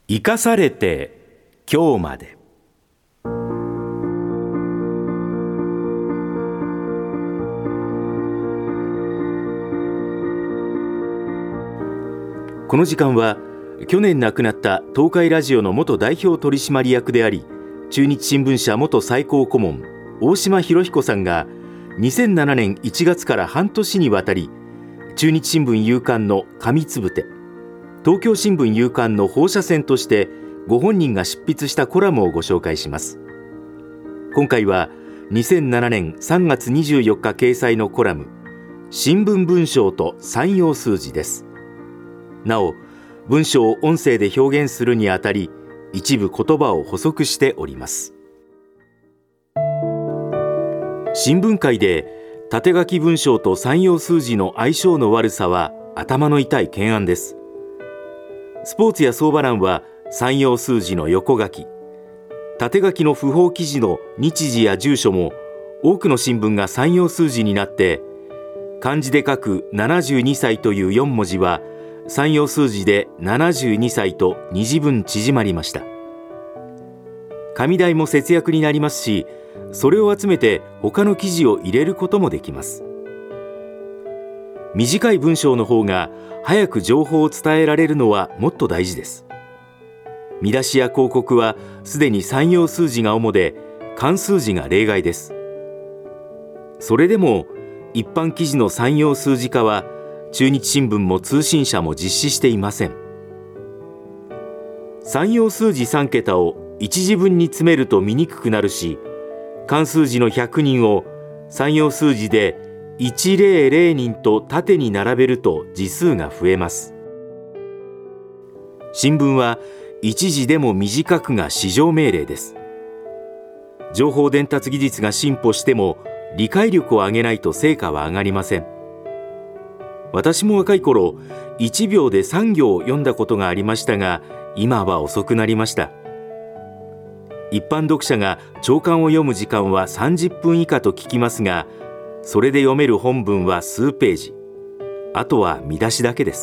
生かされて今日まで。この時間は去年亡くなった東海ラジオの元代表取締役であり、中日新聞社元最高顧問大島博彦さんが2007年1月から半年にわたり、中日新聞夕刊の紙つぶて、東京新聞夕刊の放射線としてご本人が執筆したコラムをご紹介します。今回は2007年3月24日掲載のコラム、新聞文章と三要数字です。なお、文章を音声で表現するにあたり、一部言葉を補足しております。新聞界で縦書き文章と三要数字の相性の悪さは頭の痛い懸案です。スポーツや相場欄は三要数字の横書き、縦書きの不法記事の日時や住所も多くの新聞が三要数字になって、漢字で書く72歳という4文字は三要数字で72歳と2字分縮まりました。紙代も節約になりますし、それを集めて他の記事を入れることもできます。短い文章の方が早く情報を伝えられるのはもっと大事です。見出しや広告はすでに三要数字が主で、漢数字が例外です。それでも一般記事の三要数字化は中日新聞も通信社も実施していません。三要数字3桁を一字分に詰めると見にくくなるし、漢数字の100人を三要数字で100人と縦に並べると字数が増えます。新聞は一字でも短くが至上命令です。情報伝達技術が進歩しても理解力を上げないと成果は上がりません。私も若い頃、1秒で3行を読んだことがありましたが、今は遅くなりました。一般読者が朝刊を読む時間は30分以下と聞きますが、それで読める本文は数ページ、あとは見出しだけです。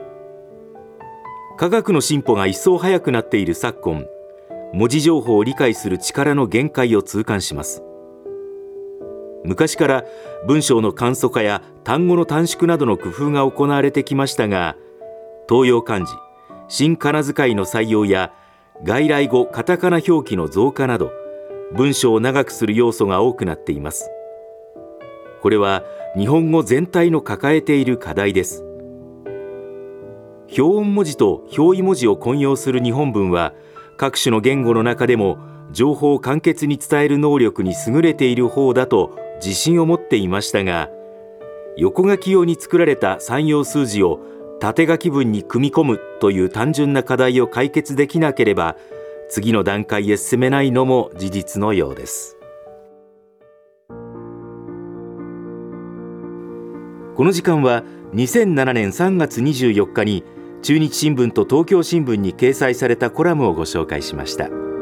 科学の進歩が一層早くなっている昨今、文字情報を理解する力の限界を痛感します。昔から文章の簡素化や単語の短縮などの工夫が行われてきましたが、東洋漢字、新仮名遣いの採用や外来語カタカナ表記の増加など、文章を長くする要素が多くなっています。これは日本語全体の抱えている課題です。表音文字と表意文字を混用する日本文は、各種の言語の中でも情報を簡潔に伝える能力に優れている方だと自信を持っていましたが、横書き用に作られた三要数字を縦書き文に組み込むという単純な課題を解決できなければ、次の段階へ進めないのも事実のようです。この時間は2007年3月24日に中日新聞と東京新聞に掲載されたコラムをご紹介しました。